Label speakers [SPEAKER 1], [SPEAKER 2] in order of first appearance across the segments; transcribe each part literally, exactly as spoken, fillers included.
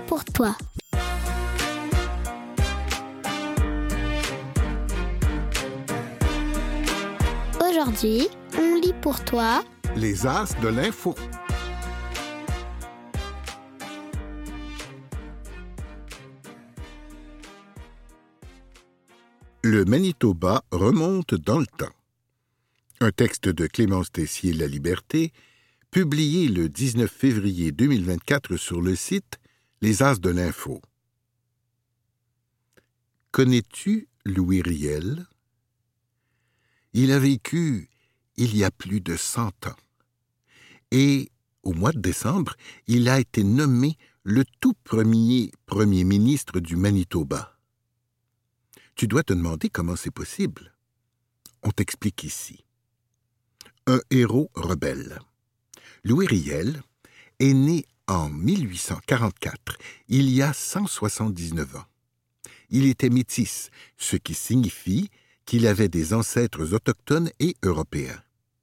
[SPEAKER 1] pour toi. Aujourd'hui, on lit pour toi
[SPEAKER 2] Les As de l'info. Le Manitoba remonte dans le temps. Un texte de Clémence Tessier La Liberté, publié le dix-neuf février deux mille vingt-quatre sur le site Les As de l'info. Connais-tu Louis Riel? Il a vécu il y a plus de cent ans. Et, au mois de décembre, il a été nommé le tout premier premier ministre du Manitoba. Tu dois te demander comment c'est possible. On t'explique ici. Un héros rebelle. Louis Riel est né en mille huit cent quarante-quatre, il y a cent soixante-dix-neuf ans. Il était métis, ce qui signifie qu'il avait des ancêtres autochtones et européens.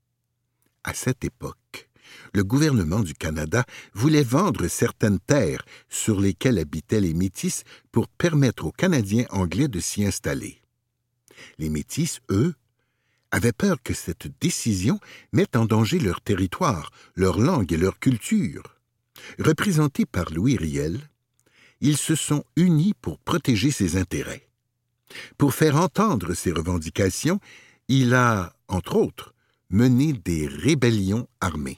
[SPEAKER 2] À cette époque, le gouvernement du Canada voulait vendre certaines terres sur lesquelles habitaient les Métis pour permettre aux Canadiens anglais de s'y installer. Les Métis, eux, avaient peur que cette décision mette en danger leur territoire, leur langue et leur culture. Représentés par Louis Riel, ils se sont unis pour protéger ses intérêts. Pour faire entendre ses revendications, il a, entre autres, mené des rébellions armées.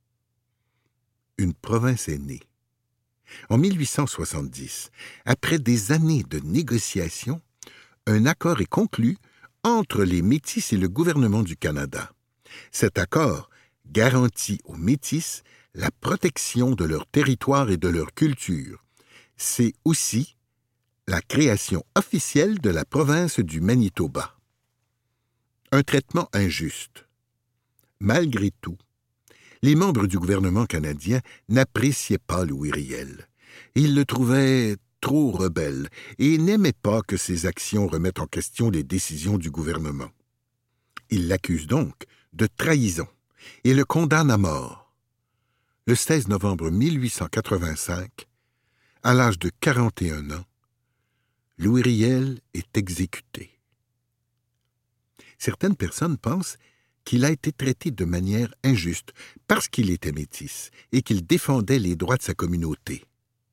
[SPEAKER 2] Une province est née. En mille huit cent soixante-dix, après des années de négociations, un accord est conclu entre les Métis et le gouvernement du Canada. Cet accord garantit aux Métis la protection de leur territoire et de leur culture. C'est aussi la création officielle de la province du Manitoba. Un traitement injuste. Malgré tout, les membres du gouvernement canadien n'appréciaient pas Louis Riel. Ils le trouvaient trop rebelle et n'aimaient pas que ses actions remettent en question les décisions du gouvernement. Ils l'accusent donc de trahison et le condamnent à mort. Le seize novembre mille huit cent quatre-vingt-cinq, à l'âge de quarante et un ans, Louis Riel est exécuté. Certaines personnes pensent qu'il a été traité de manière injuste parce qu'il était métis et qu'il défendait les droits de sa communauté.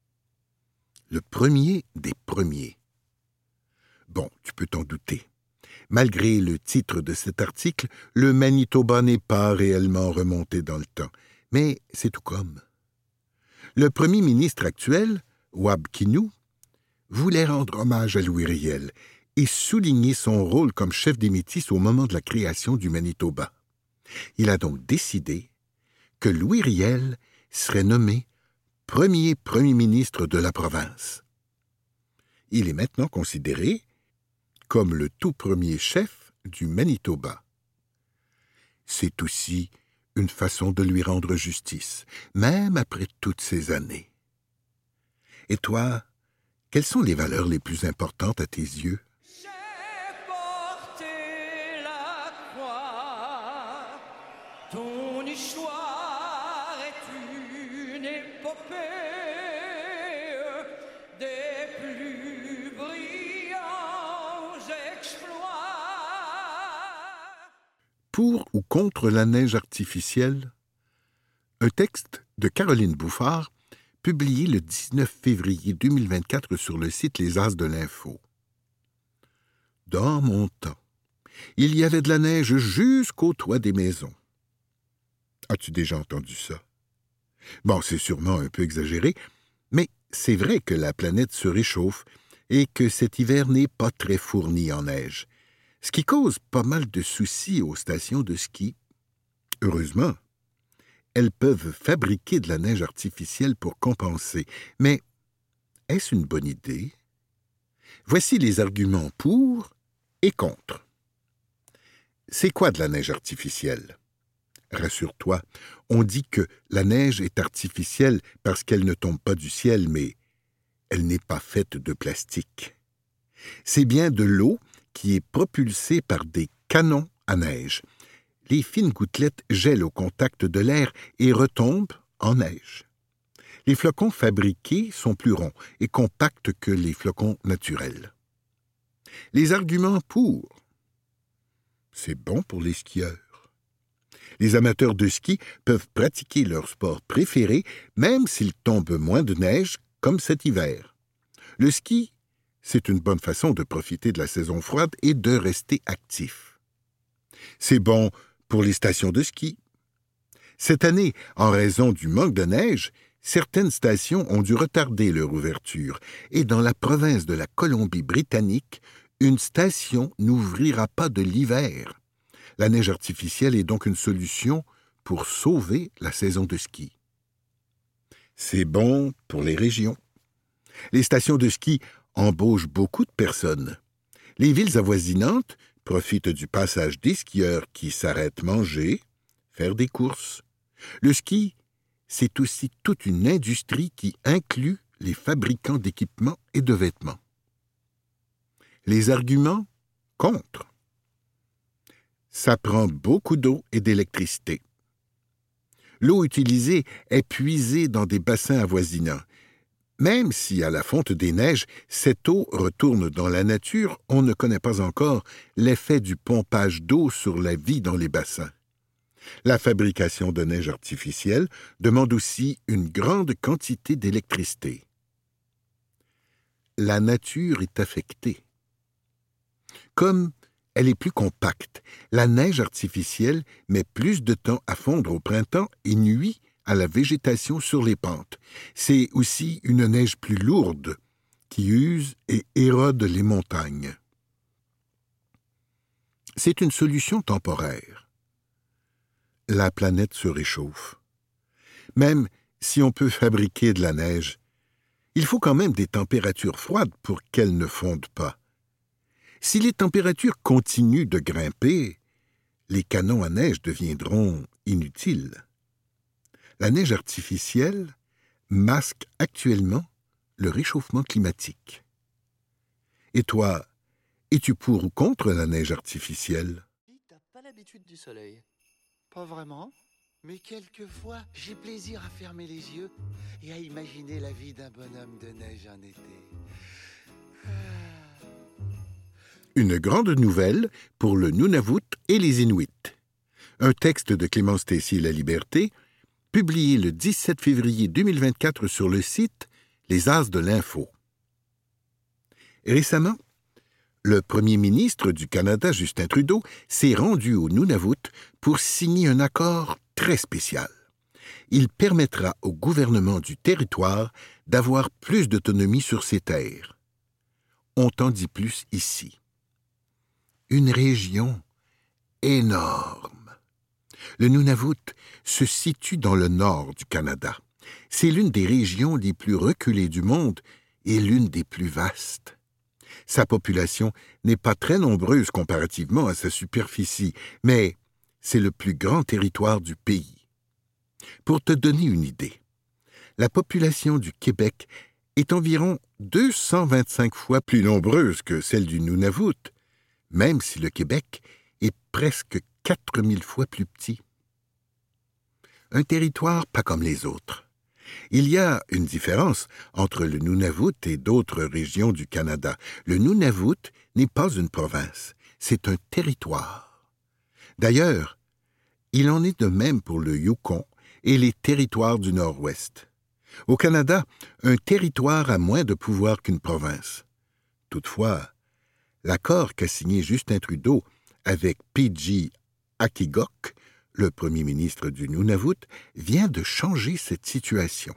[SPEAKER 2] Le premier des premiers. Bon, tu peux t'en douter. Malgré le titre de cet article, le Manitoba n'est pas réellement remonté dans le temps, mais c'est tout comme. Le premier ministre actuel, Wab Kinew, voulait rendre hommage à Louis Riel et souligner son rôle comme chef des Métis au moment de la création du Manitoba. Il a donc décidé que Louis Riel serait nommé premier premier ministre de la province. Il est maintenant considéré comme le tout premier chef du Manitoba. C'est aussi une façon de lui rendre justice, même après toutes ces années. Et toi, quelles sont les valeurs les plus importantes à tes yeux?
[SPEAKER 3] Ton histoire est une épopée des plus brillants exploits.
[SPEAKER 2] Pour ou contre la neige artificielle? Un texte de Caroline Bouffard, publié le dix-neuf février deux mille vingt-quatre sur le site Les As de l'info. Dans mon temps, il y avait de la neige jusqu'au toit des maisons. As-tu déjà entendu ça? Bon, c'est sûrement un peu exagéré, mais c'est vrai que la planète se réchauffe et que cet hiver n'est pas très fourni en neige, ce qui cause pas mal de soucis aux stations de ski. Heureusement, elles peuvent fabriquer de la neige artificielle pour compenser, mais est-ce une bonne idée? Voici les arguments pour et contre. C'est quoi de la neige artificielle? Rassure-toi, on dit que la neige est artificielle parce qu'elle ne tombe pas du ciel, mais elle n'est pas faite de plastique. C'est bien de l'eau qui est propulsée par des canons à neige. Les fines gouttelettes gèlent au contact de l'air et retombent en neige. Les flocons fabriqués sont plus ronds et compacts que les flocons naturels. Les arguments pour. C'est bon pour les skieurs. Les amateurs de ski peuvent pratiquer leur sport préféré même s'il tombe moins de neige comme cet hiver. Le ski, c'est une bonne façon de profiter de la saison froide et de rester actif. C'est bon pour les stations de ski. Cette année, en raison du manque de neige, certaines stations ont dû retarder leur ouverture et dans la province de la Colombie-Britannique, une station n'ouvrira pas de l'hiver. La neige artificielle est donc une solution pour sauver la saison de ski. C'est bon pour les régions. Les stations de ski embauchent beaucoup de personnes. Les villes avoisinantes profitent du passage des skieurs qui s'arrêtent manger, faire des courses. Le ski, c'est aussi toute une industrie qui inclut les fabricants d'équipements et de vêtements. Les arguments contre. Ça prend beaucoup d'eau et d'électricité. L'eau utilisée est puisée dans des bassins avoisinants. Même si, à la fonte des neiges, cette eau retourne dans la nature, on ne connaît pas encore l'effet du pompage d'eau sur la vie dans les bassins. La fabrication de neige artificielle demande aussi une grande quantité d'électricité. La nature est affectée. Comme elle est plus compacte, la neige artificielle met plus de temps à fondre au printemps et nuit à la végétation sur les pentes. C'est aussi une neige plus lourde qui use et érode les montagnes. C'est une solution temporaire. La planète se réchauffe. Même si on peut fabriquer de la neige, il faut quand même des températures froides pour qu'elle ne fonde pas. Si les températures continuent de grimper, les canons à neige deviendront inutiles. La neige artificielle masque actuellement le réchauffement climatique. Et toi, es-tu pour ou contre la neige artificielle?
[SPEAKER 4] T'as pas l'habitude du soleil? Pas vraiment, mais quelquefois, j'ai plaisir à fermer les yeux et à imaginer la vie d'un bonhomme de neige en été. Ah.
[SPEAKER 2] Une grande nouvelle pour le Nunavut et les Inuits. Un texte de Clémence Tessier-La Liberté, publié le dix-sept février deux mille vingt-quatre sur le site Les As de l'Info. Récemment, le premier ministre du Canada, Justin Trudeau, s'est rendu au Nunavut pour signer un accord très spécial. Il permettra au gouvernement du territoire d'avoir plus d'autonomie sur ses terres. On t'en dit plus ici. Une région énorme. Le Nunavut se situe dans le nord du Canada. C'est l'une des régions les plus reculées du monde et l'une des plus vastes. Sa population n'est pas très nombreuse comparativement à sa superficie, mais c'est le plus grand territoire du pays. Pour te donner une idée, la population du Québec est environ deux cent vingt-cinq fois plus nombreuse que celle du Nunavut, même si le Québec est presque quatre mille fois plus petit. Un territoire pas comme les autres. Il y a une différence entre le Nunavut et d'autres régions du Canada. Le Nunavut n'est pas une province, c'est un territoire. D'ailleurs, il en est de même pour le Yukon et les territoires du Nord-Ouest. Au Canada, un territoire a moins de pouvoir qu'une province. Toutefois, l'accord qu'a signé Justin Trudeau avec P G Akigok, le premier ministre du Nunavut, vient de changer cette situation.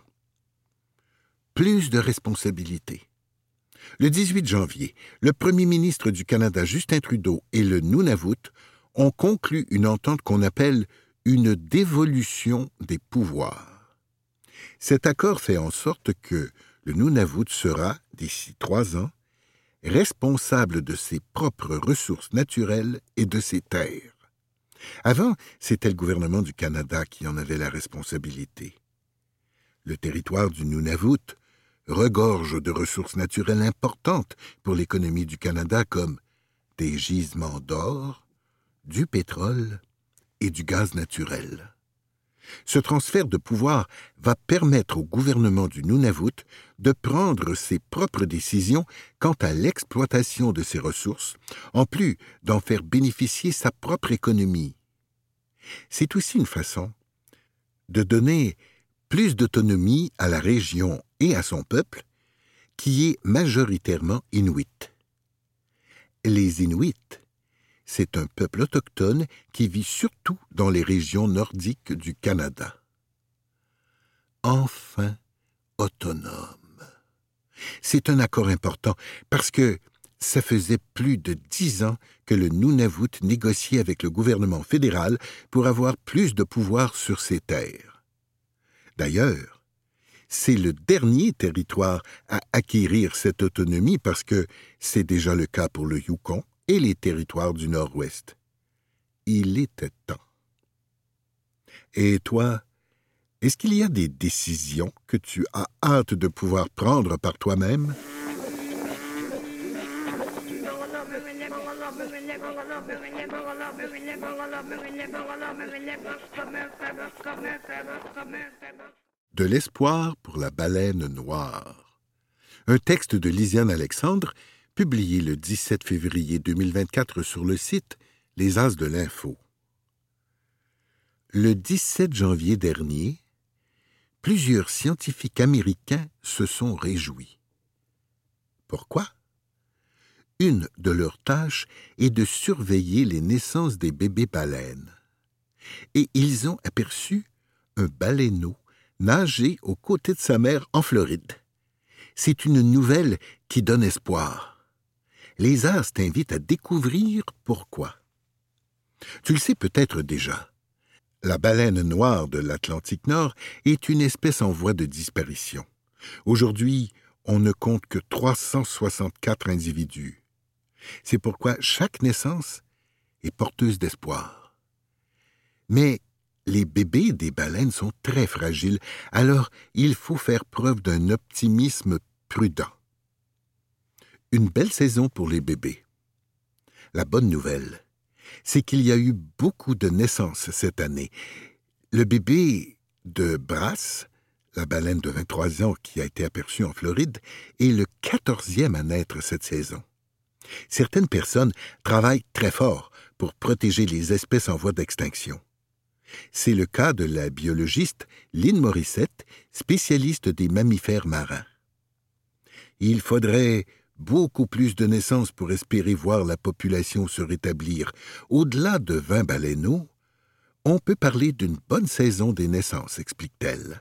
[SPEAKER 2] Plus de responsabilités. Le dix-huit janvier, le premier ministre du Canada, Justin Trudeau, et le Nunavut ont conclu une entente qu'on appelle une dévolution des pouvoirs. Cet accord fait en sorte que le Nunavut sera, d'ici trois ans, responsable de ses propres ressources naturelles et de ses terres. Avant, c'était le gouvernement du Canada qui en avait la responsabilité. Le territoire du Nunavut regorge de ressources naturelles importantes pour l'économie du Canada comme des gisements d'or, du pétrole et du gaz naturel. Ce transfert de pouvoir va permettre au gouvernement du Nunavut de prendre ses propres décisions quant à l'exploitation de ses ressources, en plus d'en faire bénéficier sa propre économie. C'est aussi une façon de donner plus d'autonomie à la région et à son peuple, qui est majoritairement inuit. Les Inuits, c'est un peuple autochtone qui vit surtout dans les régions nordiques du Canada. Enfin autonome. C'est un accord important parce que ça faisait plus de dix ans que le Nunavut négociait avec le gouvernement fédéral pour avoir plus de pouvoir sur ses terres. D'ailleurs, c'est le dernier territoire à acquérir cette autonomie parce que c'est déjà le cas pour le Yukon et les territoires du Nord-Ouest. Il était temps. Et toi, est-ce qu'il y a des décisions que tu as hâte de pouvoir prendre par toi-même? De l'espoir pour la baleine noire. Un texte de Lisiane Alexandre, publié le dix-sept février deux mille vingt-quatre sur le site Les As de l'Info. Le dix-sept janvier dernier, plusieurs scientifiques américains se sont réjouis. Pourquoi? Une de leurs tâches est de surveiller les naissances des bébés baleines. Et ils ont aperçu un baleineau nager aux côtés de sa mère en Floride. C'est une nouvelle qui donne espoir. Les As t'invitent à découvrir pourquoi. Tu le sais peut-être déjà. La baleine noire de l'Atlantique Nord est une espèce en voie de disparition. Aujourd'hui, on ne compte que trois cent soixante-quatre individus. C'est pourquoi chaque naissance est porteuse d'espoir. Mais les bébés des baleines sont très fragiles, alors il faut faire preuve d'un optimisme prudent. Une belle saison pour les bébés. La bonne nouvelle, c'est qu'il y a eu beaucoup de naissances cette année. Le bébé de Brass, la baleine de vingt-trois ans qui a été aperçue en Floride, est le quatorzième à naître cette saison. Certaines personnes travaillent très fort pour protéger les espèces en voie d'extinction. C'est le cas de la biologiste Lynn Morissette, spécialiste des mammifères marins. Il faudrait beaucoup plus de naissances pour espérer voir la population se rétablir. Au-delà de vingt baleineaux, on peut parler d'une bonne saison des naissances, explique-t-elle.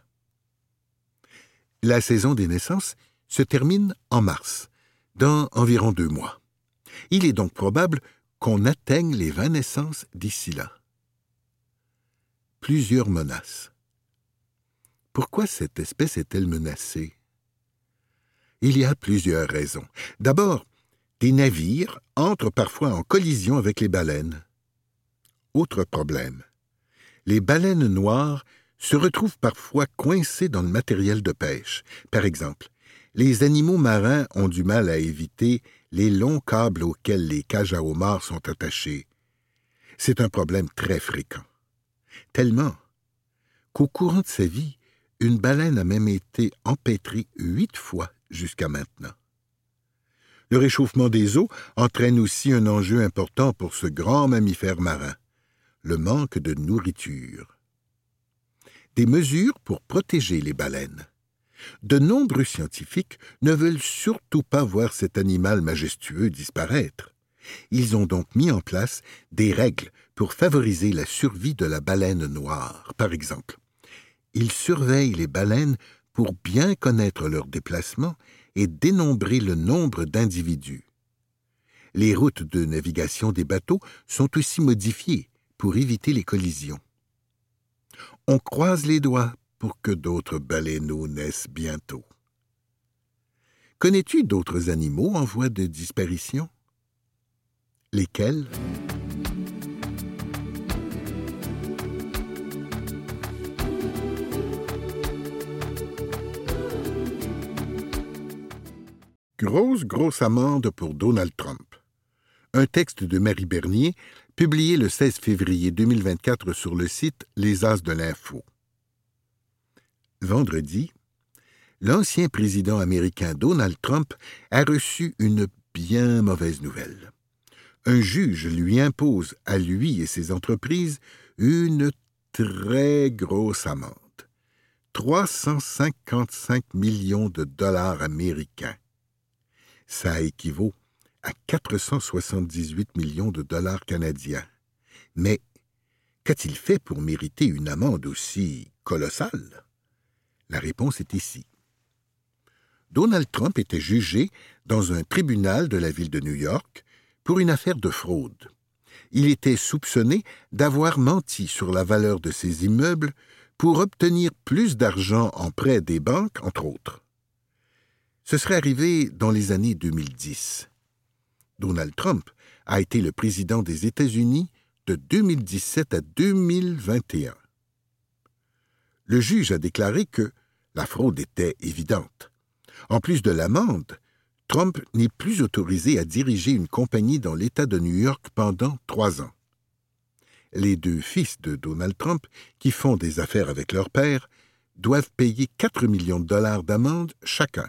[SPEAKER 2] La saison des naissances se termine en mars, dans environ deux mois. Il est donc probable qu'on atteigne les vingt naissances d'ici là. Plusieurs menaces. Pourquoi cette espèce est-elle menacée? Il y a plusieurs raisons. D'abord, des navires entrent parfois en collision avec les baleines. Autre problème, les baleines noires se retrouvent parfois coincées dans le matériel de pêche. Par exemple, les animaux marins ont du mal à éviter les longs câbles auxquels les cages à homards sont attachées. C'est un problème très fréquent. Tellement qu'au courant de sa vie, une baleine a même été empêtrée huit fois jusqu'à maintenant. Le réchauffement des eaux entraîne aussi un enjeu important pour ce grand mammifère marin, le manque de nourriture. Des mesures pour protéger les baleines. De nombreux scientifiques ne veulent surtout pas voir cet animal majestueux disparaître. Ils ont donc mis en place des règles pour favoriser la survie de la baleine noire. Par exemple, ils surveillent les baleines pour bien connaître leurs déplacements et dénombrer le nombre d'individus. Les routes de navigation des bateaux sont aussi modifiées pour éviter les collisions. On croise les doigts pour que d'autres baleineaux naissent bientôt. Connais-tu d'autres animaux en voie de disparition? Lesquels? Grosse, grosse amende pour Donald Trump. Un texte de Marie Bernier, publié le seize février deux mille vingt-quatre sur le site Les As de l'Info. Vendredi, l'ancien président américain Donald Trump a reçu une bien mauvaise nouvelle. Un juge lui impose à lui et ses entreprises une très grosse amende. trois cent cinquante-cinq millions de dollars américains. Ça équivaut à quatre cent soixante-dix-huit millions de dollars canadiens. Mais qu'a-t-il fait pour mériter une amende aussi colossale? La réponse est ici. Donald Trump était jugé dans un tribunal de la ville de New York pour une affaire de fraude. Il était soupçonné d'avoir menti sur la valeur de ses immeubles pour obtenir plus d'argent en prêt des banques, entre autres. Ce serait arrivé dans les années deux mille dix. Donald Trump a été le président des États-Unis de deux mille dix-sept à deux mille vingt et un. Le juge a déclaré que la fraude était évidente. En plus de l'amende, Trump n'est plus autorisé à diriger une compagnie dans l'État de New York pendant trois ans. Les deux fils de Donald Trump, qui font des affaires avec leur père, doivent payer quatre millions de dollars d'amende chacun.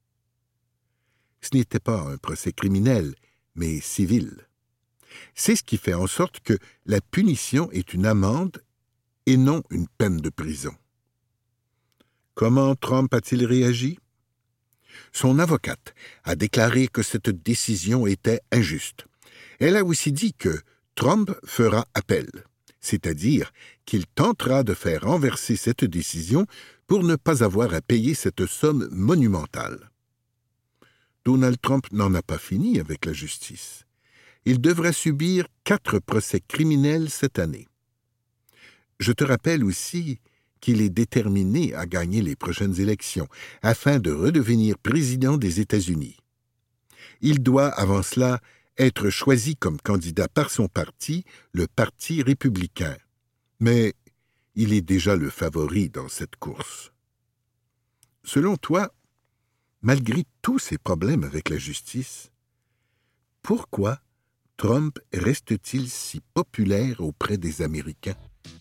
[SPEAKER 2] Ce n'était pas un procès criminel, mais civil. C'est ce qui fait en sorte que la punition est une amende et non une peine de prison. Comment Trump a-t-il réagi? Son avocate a déclaré que cette décision était injuste. Elle a aussi dit que Trump fera appel, c'est-à-dire qu'il tentera de faire renverser cette décision pour ne pas avoir à payer cette somme monumentale. Donald Trump n'en a pas fini avec la justice. Il devra subir quatre procès criminels cette année. Je te rappelle aussi qu'il est déterminé à gagner les prochaines élections afin de redevenir président des États-Unis. Il doit, avant cela, être choisi comme candidat par son parti, le Parti républicain. Mais il est déjà le favori dans cette course. Selon toi, malgré tous ces problèmes avec la justice, pourquoi Trump reste-t-il si populaire auprès des Américains?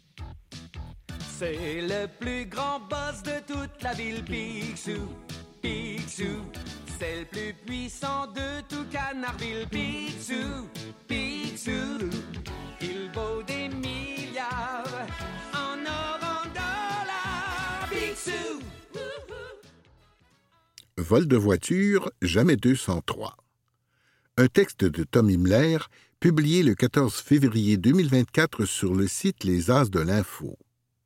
[SPEAKER 3] C'est le plus grand boss de toute la ville, Picsou, Picsou. C'est le plus puissant de tout Canardville, Picsou, Picsou. Il vaut des milliards en or, en dollars, Picsou.
[SPEAKER 2] Vol de voiture, jamais deux cent trois. Un texte de Tom Himmler, publié le quatorze février deux mille vingt-quatre sur le site Les As de l'Info.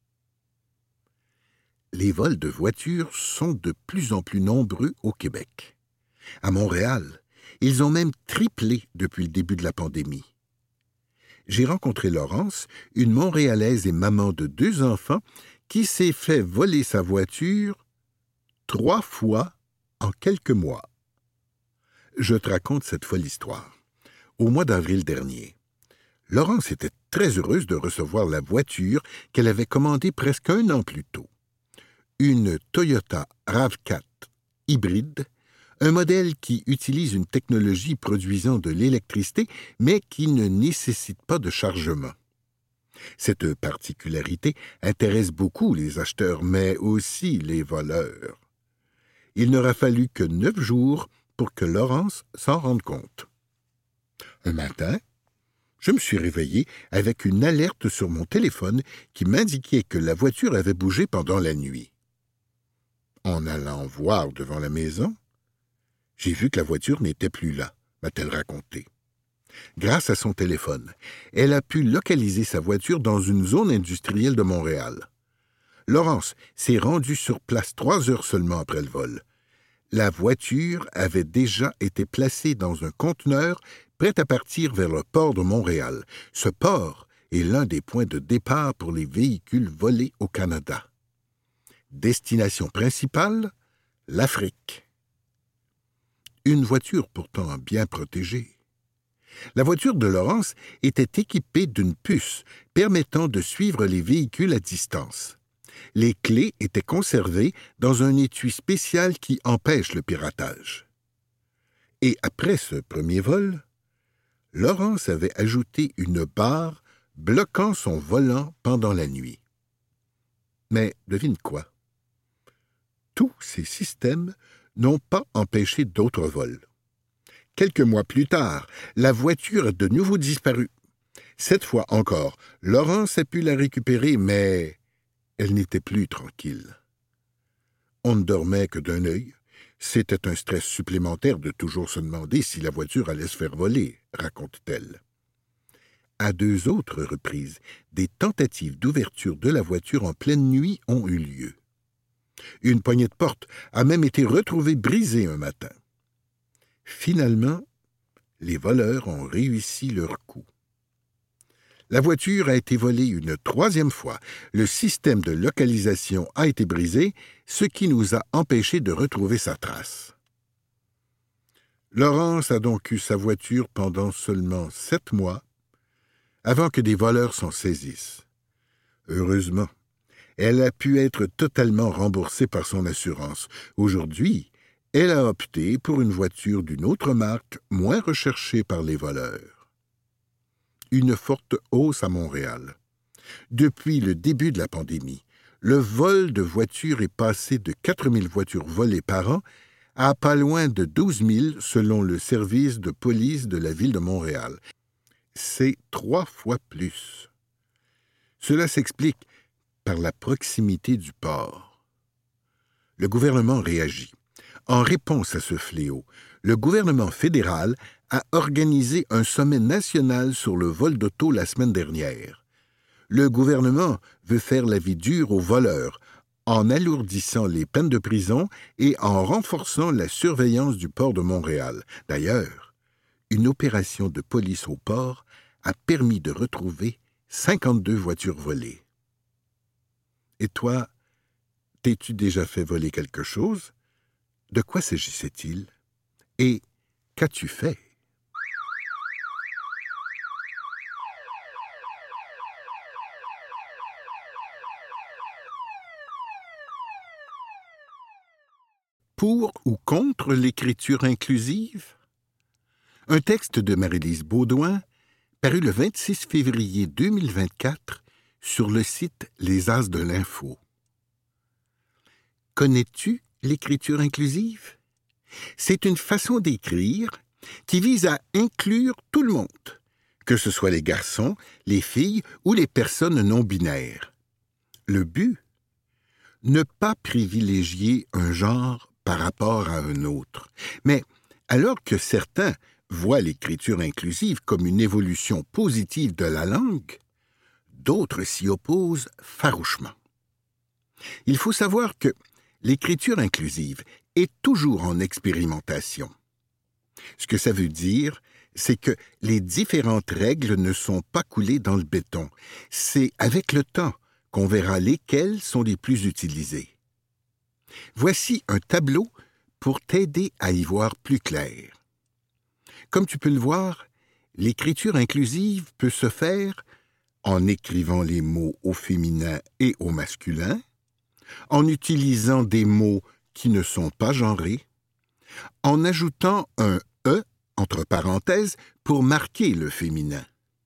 [SPEAKER 2] Les vols de voitures sont de plus en plus nombreux au Québec. À Montréal, ils ont même triplé depuis le début de la pandémie. J'ai rencontré Laurence, une Montréalaise et maman de deux enfants, qui s'est fait voler sa voiture trois fois en quelques mois. Je te raconte cette folle histoire. Au mois d'avril dernier, Laurence était très heureuse de recevoir la voiture qu'elle avait commandée presque un an plus tôt. Une Toyota RAV quatre hybride, un modèle qui utilise une technologie produisant de l'électricité, mais qui ne nécessite pas de chargement. Cette particularité intéresse beaucoup les acheteurs, mais aussi les voleurs. Il n'aura fallu que neuf jours pour que Laurence s'en rende compte. Un matin, je me suis réveillé avec une alerte sur mon téléphone qui m'indiquait que la voiture avait bougé pendant la nuit. En allant voir devant la maison, j'ai vu que la voiture n'était plus là, m'a-t-elle raconté. Grâce à son téléphone, elle a pu localiser sa voiture dans une zone industrielle de Montréal. Laurence s'est rendue sur place trois heures seulement après le vol. La voiture avait déjà été placée dans un conteneur prêt à partir vers le port de Montréal. Ce port est l'un des points de départ pour les véhicules volés au Canada. Destination principale, l'Afrique. Une voiture pourtant bien protégée. La voiture de Laurence était équipée d'une puce permettant de suivre les véhicules à distance. Les clés étaient conservées dans un étui spécial qui empêche le piratage. Et après ce premier vol, Laurence avait ajouté une barre bloquant son volant pendant la nuit. Mais devine quoi? tous ces systèmes n'ont pas empêché d'autres vols. Quelques mois plus tard, la voiture a de nouveau disparu. Cette fois encore, Laurence a pu la récupérer, mais elle n'était plus tranquille. On ne dormait que d'un œil. C'était un stress supplémentaire de toujours se demander si la voiture allait se faire voler, raconte-t-elle. À deux autres reprises, des tentatives d'ouverture de la voiture en pleine nuit ont eu lieu. Une poignée de porte a même été retrouvée brisée un matin. Finalement, les voleurs ont réussi leur coup. La voiture a été volée une troisième fois. Le système de localisation a été brisé, ce qui nous a empêchés de retrouver sa trace. Laurence a donc eu sa voiture pendant seulement sept mois, avant que des voleurs s'en saisissent. Heureusement, elle a pu être totalement remboursée par son assurance. Aujourd'hui, elle a opté pour une voiture d'une autre marque, moins recherchée par les voleurs. Une forte hausse à Montréal. Depuis le début de la pandémie, le vol de voitures est passé de quatre mille voitures volées par an à pas loin de douze mille selon le service de police de la ville de Montréal. C'est trois fois plus. Cela s'explique par la proximité du port. Le gouvernement réagit. En réponse à ce fléau, le gouvernement fédéral a organisé un sommet national sur le vol d'auto la semaine dernière. Le gouvernement veut faire la vie dure aux voleurs en alourdissant les peines de prison et en renforçant la surveillance du port de Montréal. D'ailleurs, une opération de police au port a permis de retrouver cinquante-deux voitures volées. Et toi, t'es-tu déjà fait voler quelque chose? De quoi s'agissait-il? Et qu'as-tu fait? Pour ou contre l'écriture inclusive? Un texte de Marie-Lise Baudouin, paru le vingt-six février deux mille vingt-quatre sur le site Les As de l'Info. Connais-tu l'écriture inclusive? C'est une façon d'écrire qui vise à inclure tout le monde, que ce soit les garçons, les filles ou les personnes non-binaires. Le but? Ne pas privilégier un genre par rapport à un autre. Mais alors que certains voient l'écriture inclusive comme une évolution positive de la langue, d'autres s'y opposent farouchement. Il faut savoir que l'écriture inclusive est toujours en expérimentation. Ce que ça veut dire, c'est que les différentes règles ne sont pas coulées dans le béton. C'est avec le temps qu'on verra lesquelles sont les plus utilisées. Voici un tableau pour t'aider à y voir plus clair. Comme tu peux le voir, l'écriture inclusive peut se faire en écrivant les mots au féminin et au masculin, en utilisant des mots qui ne sont pas genrés, en ajoutant un « e » entre parenthèses pour marquer le féminin.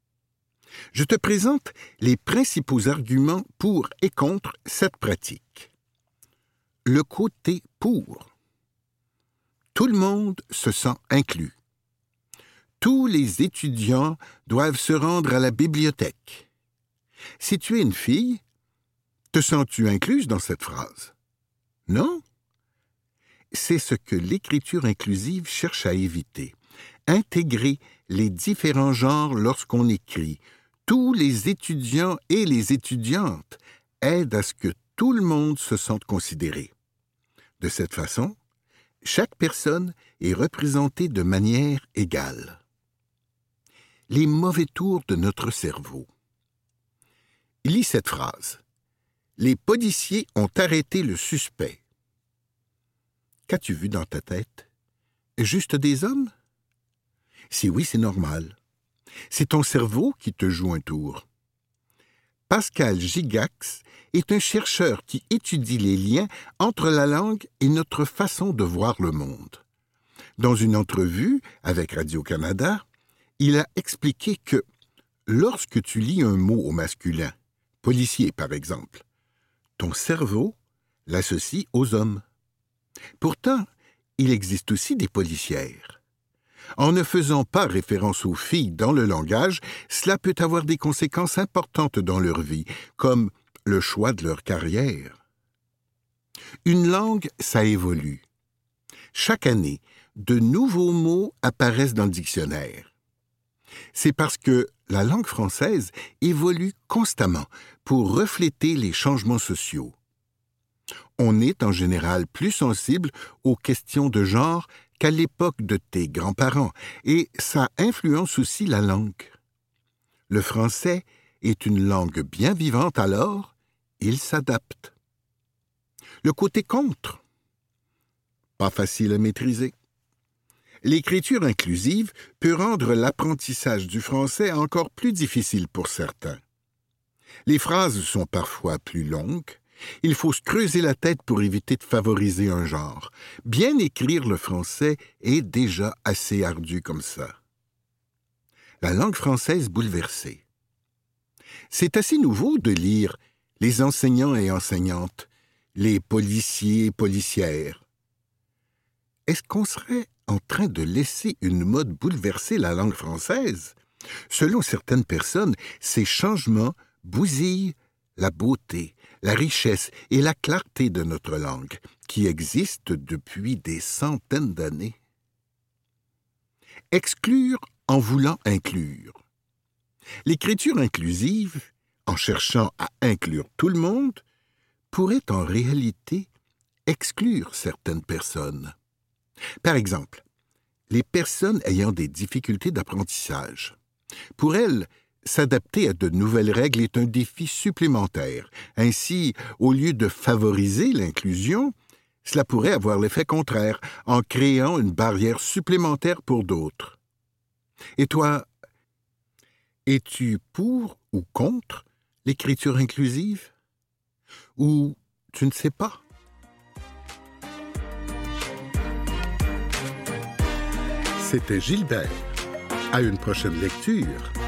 [SPEAKER 2] Je te présente les principaux arguments pour et contre cette pratique. Le côté pour. Tout le monde se sent inclus. Tous les étudiants doivent se rendre à la bibliothèque. Si tu es une fille, te sens-tu incluse dans cette phrase? Non? C'est ce que l'écriture inclusive cherche à éviter. Intégrer les différents genres lorsqu'on écrit. Tous les étudiants et les étudiantes aident à ce que tout le monde se sente considéré. De cette façon, chaque personne est représentée de manière égale. Les mauvais tours de notre cerveau. Lis cette phrase. Les policiers ont arrêté le suspect. Qu'as-tu vu dans ta tête? Juste des hommes? Si oui, c'est normal. C'est ton cerveau qui te joue un tour. Pascal Gigax est un chercheur qui étudie les liens entre la langue et notre façon de voir le monde. Dans une entrevue avec Radio-Canada, il a expliqué que lorsque tu lis un mot au masculin, policier par exemple, ton cerveau l'associe aux hommes. Pourtant, il existe aussi des policières. En ne faisant pas référence aux filles dans le langage, cela peut avoir des conséquences importantes dans leur vie, comme le choix de leur carrière. Une langue, ça évolue. Chaque année, de nouveaux mots apparaissent dans le dictionnaire. C'est parce que la langue française évolue constamment pour refléter les changements sociaux. On est en général plus sensible aux questions de genre qu'à l'époque de tes grands-parents, et ça influence aussi la langue. Le français est une langue bien vivante, alors il s'adapte. Le côté contre, pas facile à maîtriser. L'écriture inclusive peut rendre l'apprentissage du français encore plus difficile pour certains. Les phrases sont parfois plus longues. Il faut se creuser la tête pour éviter de favoriser un genre. Bien écrire le français est déjà assez ardu comme ça. La langue française bouleversée. C'est assez nouveau de lire les enseignants et enseignantes, les policiers et policières. Est-ce qu'on serait en train de laisser une mode bouleverser la langue française? Selon certaines personnes, ces changements bousillent la beauté, la richesse et la clarté de notre langue, qui existe depuis des centaines d'années. Exclure en voulant inclure. L'écriture inclusive, en cherchant à inclure tout le monde, pourrait en réalité exclure certaines personnes. Par exemple, les personnes ayant des difficultés d'apprentissage. Pour elles, s'adapter à de nouvelles règles est un défi supplémentaire. Ainsi, au lieu de favoriser l'inclusion, cela pourrait avoir l'effet contraire, en créant une barrière supplémentaire pour d'autres. Et toi, es-tu pour ou contre l'écriture inclusive? Ou tu ne sais pas? C'était Gilbert. À une prochaine lecture.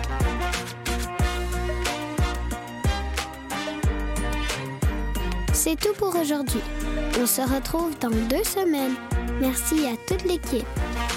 [SPEAKER 1] C'est tout pour aujourd'hui. On se retrouve dans deux semaines. Merci à toute l'équipe.